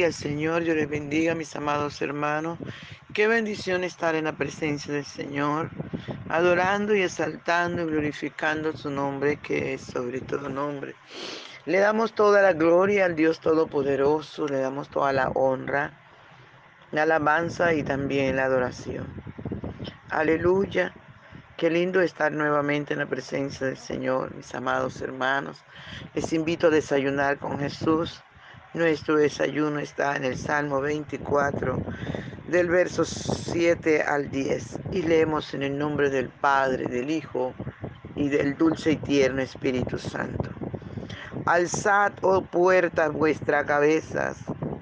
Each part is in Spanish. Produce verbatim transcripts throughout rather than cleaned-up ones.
el Señor, yo les bendiga, mis amados hermanos. Qué bendición estar en la presencia del Señor, adorando y exaltando y glorificando su nombre, que es sobre todo nombre. Le damos toda la gloria al Dios Todopoderoso, le damos toda la honra, la alabanza y también la adoración. Aleluya. Qué lindo estar nuevamente en la presencia del Señor, mis amados hermanos. Les invito a desayunar con Jesús. Nuestro desayuno está en el Salmo veinticuatro, del verso siete al diez. Y leemos en el nombre del Padre, del Hijo y del dulce y tierno Espíritu Santo. Alzad, oh puertas, vuestras cabezas,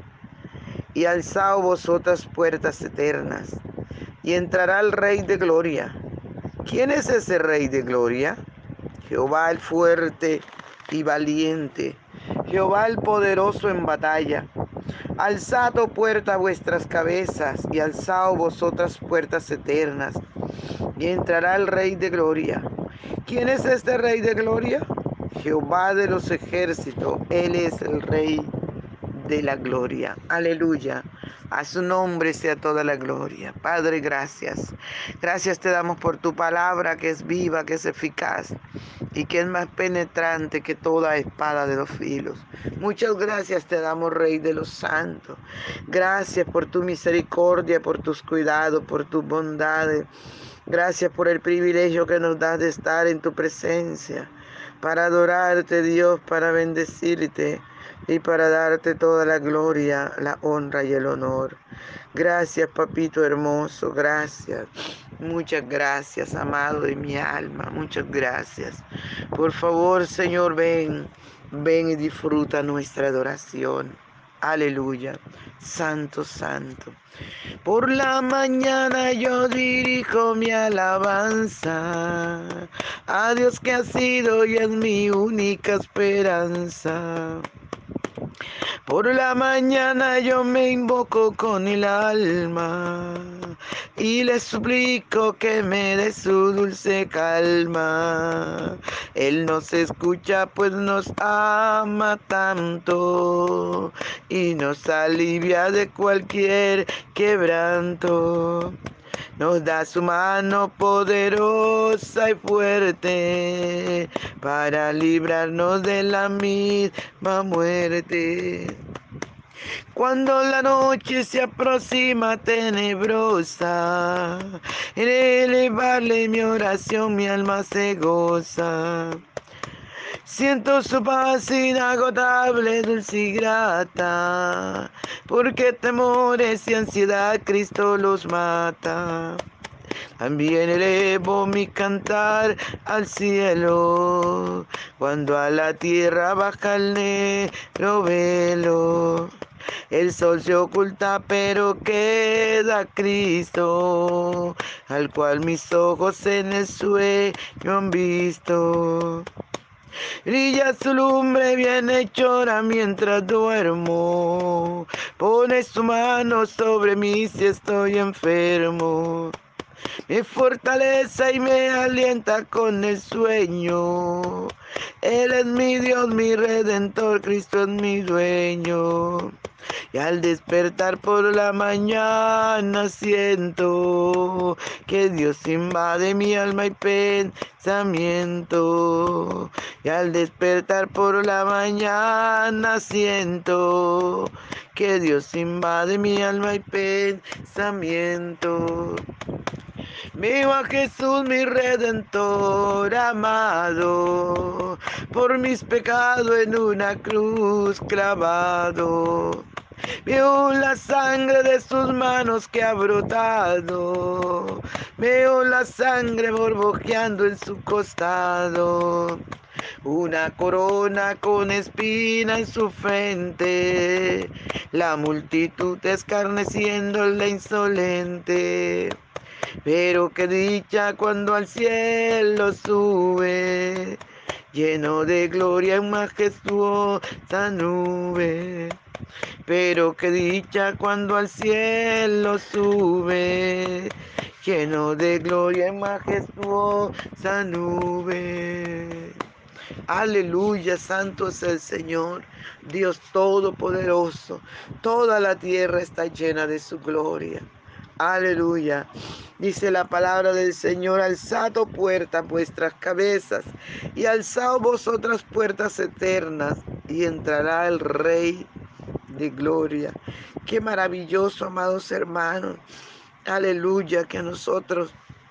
y alzad vosotras puertas eternas, y entrará el Rey de Gloria. ¿Quién es ese Rey de Gloria? Jehová el fuerte y valiente, Jehová el poderoso en batalla. Alzad, oh puerta, vuestras cabezas, y alzad vosotras puertas eternas, y entrará el Rey de Gloria. ¿Quién es este Rey de Gloria? Jehová de los ejércitos, Él es el Rey de la gloria. Aleluya. A su nombre sea toda la gloria. Padre, gracias. Gracias te damos por tu palabra que es viva, que es eficaz y que es más penetrante que toda espada de dos filos. Muchas gracias te damos, Rey de los santos. Gracias por tu misericordia, por tus cuidados, por tus bondades. Gracias por el privilegio que nos das de estar en tu presencia, para adorarte, Dios, para bendecirte y para darte toda la gloria, la honra y el honor. Gracias, papito hermoso, gracias. Muchas gracias, amado de mi alma, muchas gracias. Por favor, Señor, ven, ven y disfruta nuestra adoración. Aleluya. Santo, santo. Por la mañana yo dirijo mi alabanza a Dios que ha sido y es mi única esperanza. Por la mañana yo me invoco con el alma y le suplico que me dé su dulce calma. Él nos escucha pues nos ama tanto y nos alivia de cualquier quebranto. Nos da su mano poderosa y fuerte para librarnos de la misma muerte. Cuando la noche se aproxima tenebrosa, en elevarle mi oración mi alma se goza. Siento su paz inagotable, dulce y grata, porque temores y ansiedad Cristo los mata. También elevo mi cantar al cielo, cuando a la tierra baja el negro velo. El sol se oculta, pero queda Cristo, al cual mis ojos en el sueño han visto. Brilla su lumbre bienhechora mientras duermo, pone su mano sobre mí si estoy enfermo. Me fortalece y me alienta con el sueño. Él es mi Dios, mi Redentor, Cristo es mi dueño. Y al despertar por la mañana siento que Dios invade mi alma y pensamiento. Y al despertar por la mañana siento que Dios invade mi alma y pensamiento. Veo a Jesús mi Redentor amado, por mis pecados en una cruz clavado. Veo la sangre de sus manos que ha brotado, veo la sangre borbojeando en su costado. Una corona con espina en su frente, la multitud escarneciéndole insolente. Pero qué dicha cuando al cielo sube, lleno de gloria en majestuosa nube. Pero qué dicha cuando al cielo sube, lleno de gloria en majestuosa nube. Aleluya, santo es el Señor, Dios Todopoderoso. Toda la tierra está llena de su gloria. Aleluya. Dice la palabra del Señor: alzad, oh puertas, vuestras cabezas, y alzad vosotras puertas eternas, y entrará el Rey de gloria. Qué maravilloso, amados hermanos. Aleluya, que nosotros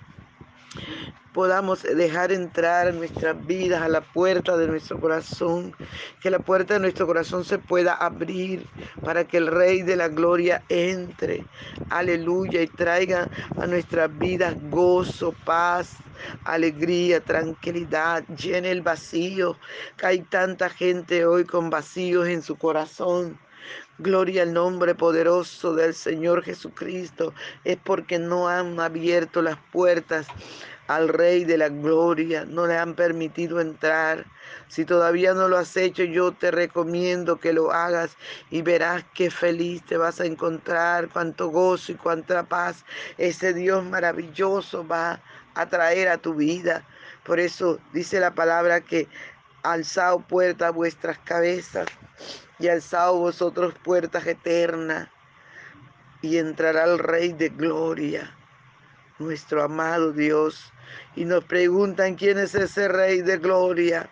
podamos dejar entrar en nuestras vidas a la puerta de nuestro corazón, que la puerta de nuestro corazón se pueda abrir para que el Rey de la Gloria entre, aleluya, y traiga a nuestras vidas gozo, paz, alegría, tranquilidad, llene el vacío, que hay tanta gente hoy con vacíos en su corazón. Gloria al nombre poderoso del Señor Jesucristo. Es porque no han abierto las puertas al Rey de la Gloria, no le han permitido entrar. Si todavía no lo has hecho, yo te recomiendo que lo hagas y verás qué feliz te vas a encontrar, cuánto gozo y cuánta paz ese Dios maravilloso va a traer a tu vida. Por eso dice la palabra que alzad puertas vuestras cabezas y alzad vosotros puertas eternas, y entrará el Rey de Gloria, nuestro amado Dios. Y nos preguntan: ¿quién es ese Rey de Gloria?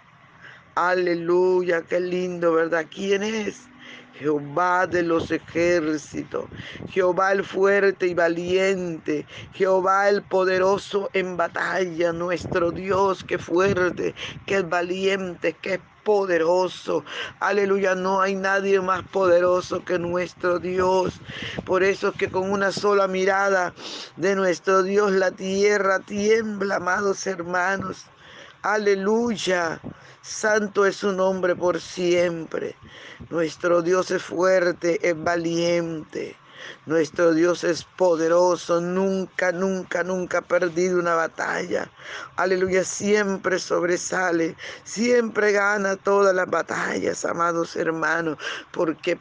Aleluya, qué lindo, ¿verdad? ¿Quién es? Jehová de los ejércitos, Jehová el fuerte y valiente, Jehová el poderoso en batalla, nuestro Dios que es fuerte, que es valiente, que es poderoso. Aleluya, no hay nadie más poderoso que nuestro Dios. Por eso es que con una sola mirada de nuestro Dios la tierra tiembla, amados hermanos. Aleluya, santo es su nombre por siempre. Nuestro Dios es fuerte, es valiente. Nuestro Dios es poderoso, nunca, nunca, nunca ha perdido una batalla. Aleluya, siempre sobresale, siempre gana todas las batallas, amados hermanos, porque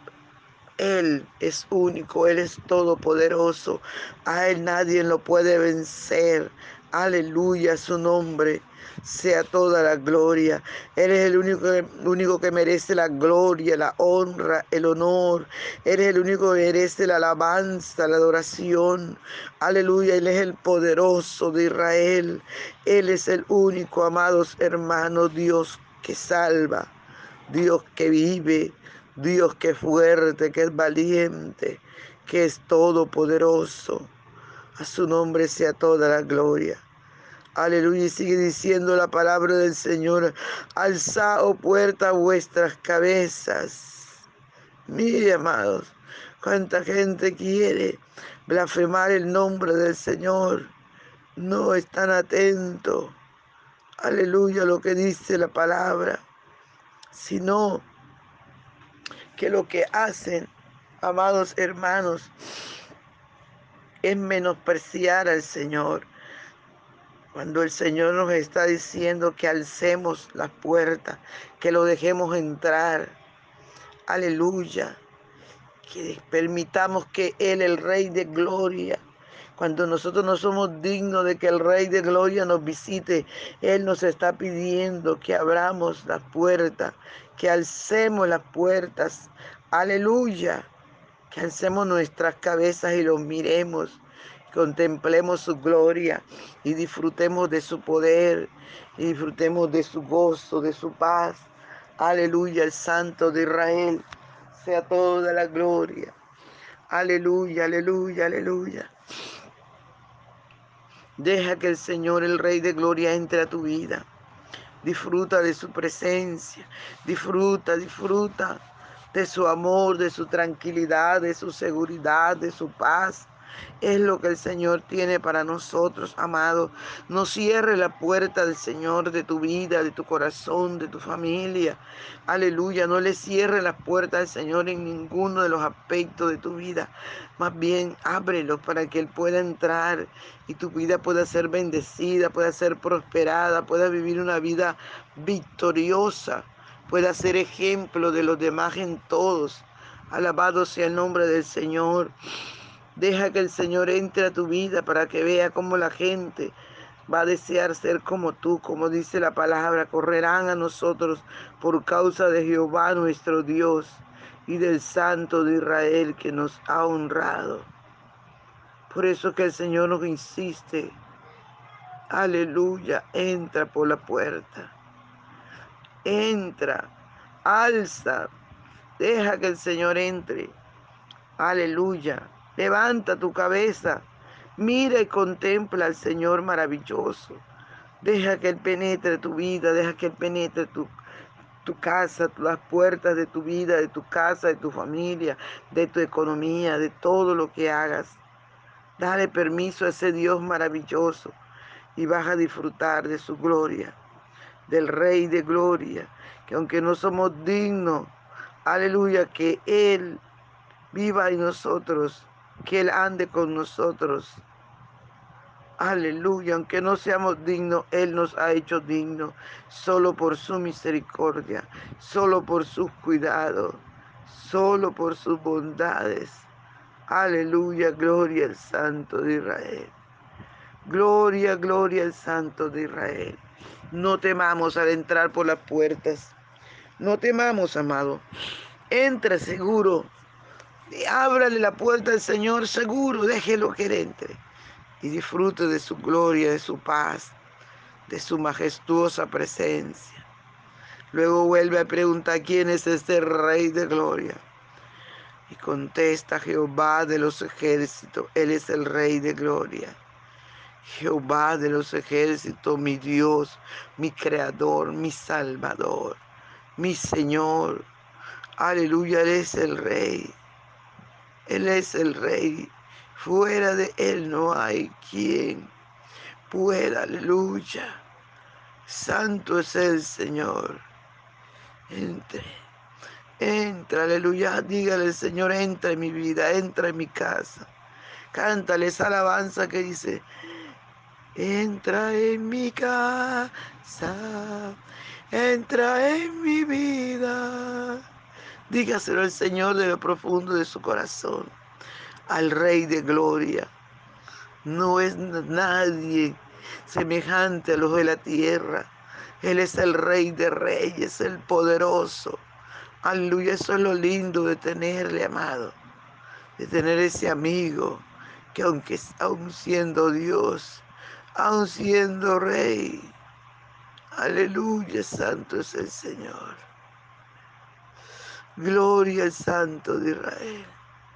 Él es único, Él es todopoderoso. A Él nadie lo puede vencer. Aleluya, su nombre sea toda la gloria. Él es el único, el único que merece la gloria, la honra, el honor. Él es el único que merece la alabanza, la adoración. Aleluya, Él es el poderoso de Israel. Él es el único, amados hermanos, Dios que salva, Dios que vive, Dios que es fuerte, que es valiente, que es todopoderoso. A su nombre sea toda la gloria. Aleluya. Y sigue diciendo la palabra del Señor: alzad, oh puerta, vuestras cabezas. Mire, amados, cuánta gente quiere blasfemar el nombre del Señor. No están atentos, aleluya, a lo que dice la palabra, sino que lo que hacen, amados hermanos, es menospreciar al Señor. Cuando el Señor nos está diciendo que alcemos las puertas, que lo dejemos entrar, aleluya, que permitamos que Él, el Rey de Gloria, cuando nosotros no somos dignos de que el Rey de Gloria nos visite, Él nos está pidiendo que abramos las puertas, que alcemos las puertas, aleluya, que alcemos nuestras cabezas y los miremos, contemplemos su gloria y disfrutemos de su poder, y disfrutemos de su gozo, de su paz. Aleluya, el Santo de Israel sea toda la gloria. Aleluya, aleluya, aleluya. Deja que el Señor, el Rey de Gloria, entre a tu vida. Disfruta de su presencia, disfruta, disfruta de su amor, de su tranquilidad, de su seguridad, de su paz. Es lo que el Señor tiene para nosotros, amados. No cierres la puerta del Señor de tu vida, de tu corazón, de tu familia. Aleluya, no le cierres la puerta al Señor en ninguno de los aspectos de tu vida. Más bien, ábrelo para que Él pueda entrar y tu vida pueda ser bendecida, pueda ser prosperada, pueda vivir una vida victoriosa, pueda ser ejemplo de los demás en todos. Alabado sea el nombre del Señor. Deja que el Señor entre a tu vida para que vea cómo la gente, va a desear ser como tú, como dice la palabra, correrán a nosotros por causa de Jehová nuestro Dios y del Santo de Israel que nos ha honrado. Por eso que el Señor nos insiste, aleluya, entra por la puerta, entra, alza, deja que el Señor entre, aleluya, levanta tu cabeza, mira y contempla al Señor maravilloso. Deja que Él penetre tu vida, deja que Él penetre tu, tu casa, las puertas de tu vida, de tu casa, de tu familia, de tu economía, de todo lo que hagas. Dale permiso a ese Dios maravilloso y vas a disfrutar de su gloria, del Rey de gloria, que aunque no somos dignos, aleluya, que Él viva en nosotros, que Él ande con nosotros. Aleluya, aunque no seamos dignos, Él nos ha hecho dignos solo por su misericordia, solo por sus cuidados, solo por sus bondades. Aleluya, gloria al Santo de Israel. Gloria, gloria al Santo de Israel. No temamos al entrar por las puertas. No temamos, amado. Entra seguro. Ábrale la puerta al Señor seguro. Déjelo que Él entre. Y disfrute de su gloria, de su paz, de su majestuosa presencia. Luego vuelve a preguntar quién es este Rey de gloria. Y contesta Jehová de los ejércitos, Él es el Rey de gloria. Jehová de los ejércitos, mi Dios, mi Creador, mi Salvador, mi Señor. Aleluya, Él es el Rey. Él es el Rey. Fuera de Él no hay quien pueda, aleluya. Santo es el Señor. Entre, entra, aleluya. Dígale al Señor, entra en mi vida, entra en mi casa. Cántale esa alabanza que dice, entra en mi casa, entra en mi vida. Dígaselo al Señor de lo profundo de su corazón, al Rey de gloria. No es nadie semejante a los de la tierra. Él es el Rey de reyes, el poderoso. Aleluya, eso es lo lindo de tenerle, amado, de tener ese amigo que aunque aun siendo Dios, aun siendo Rey, aleluya, santo es el Señor. Gloria al Santo de Israel.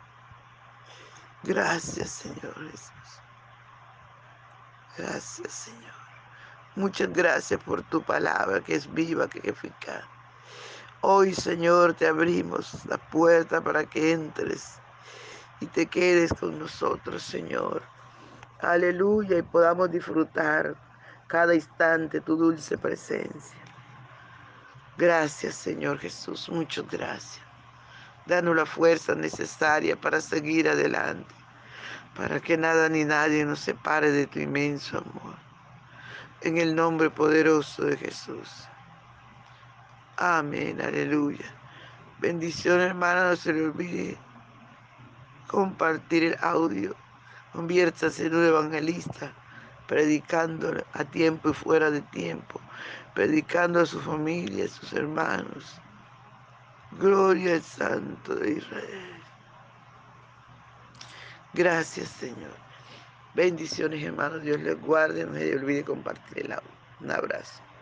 Gracias, Señor Jesús. Gracias, Señor. Muchas gracias por tu palabra que es viva, que es eficaz. Hoy, Señor, te abrimos la puerta para que entres y te quedes con nosotros, Señor. Aleluya, y podamos disfrutar cada instante tu dulce presencia. Gracias, Señor Jesús, muchas gracias. Danos la fuerza necesaria para seguir adelante, para que nada ni nadie nos separe de tu inmenso amor. En el nombre poderoso de Jesús. Amén, aleluya. Bendición, hermana, no se le olvide compartir el audio. Conviértase en un evangelista, predicando a tiempo y fuera de tiempo, predicando a su familia, a sus hermanos. Gloria al Santo de Israel. Gracias, Señor. Bendiciones, hermanos. Dios les guarde. No se olvide compartir el audio. Un abrazo.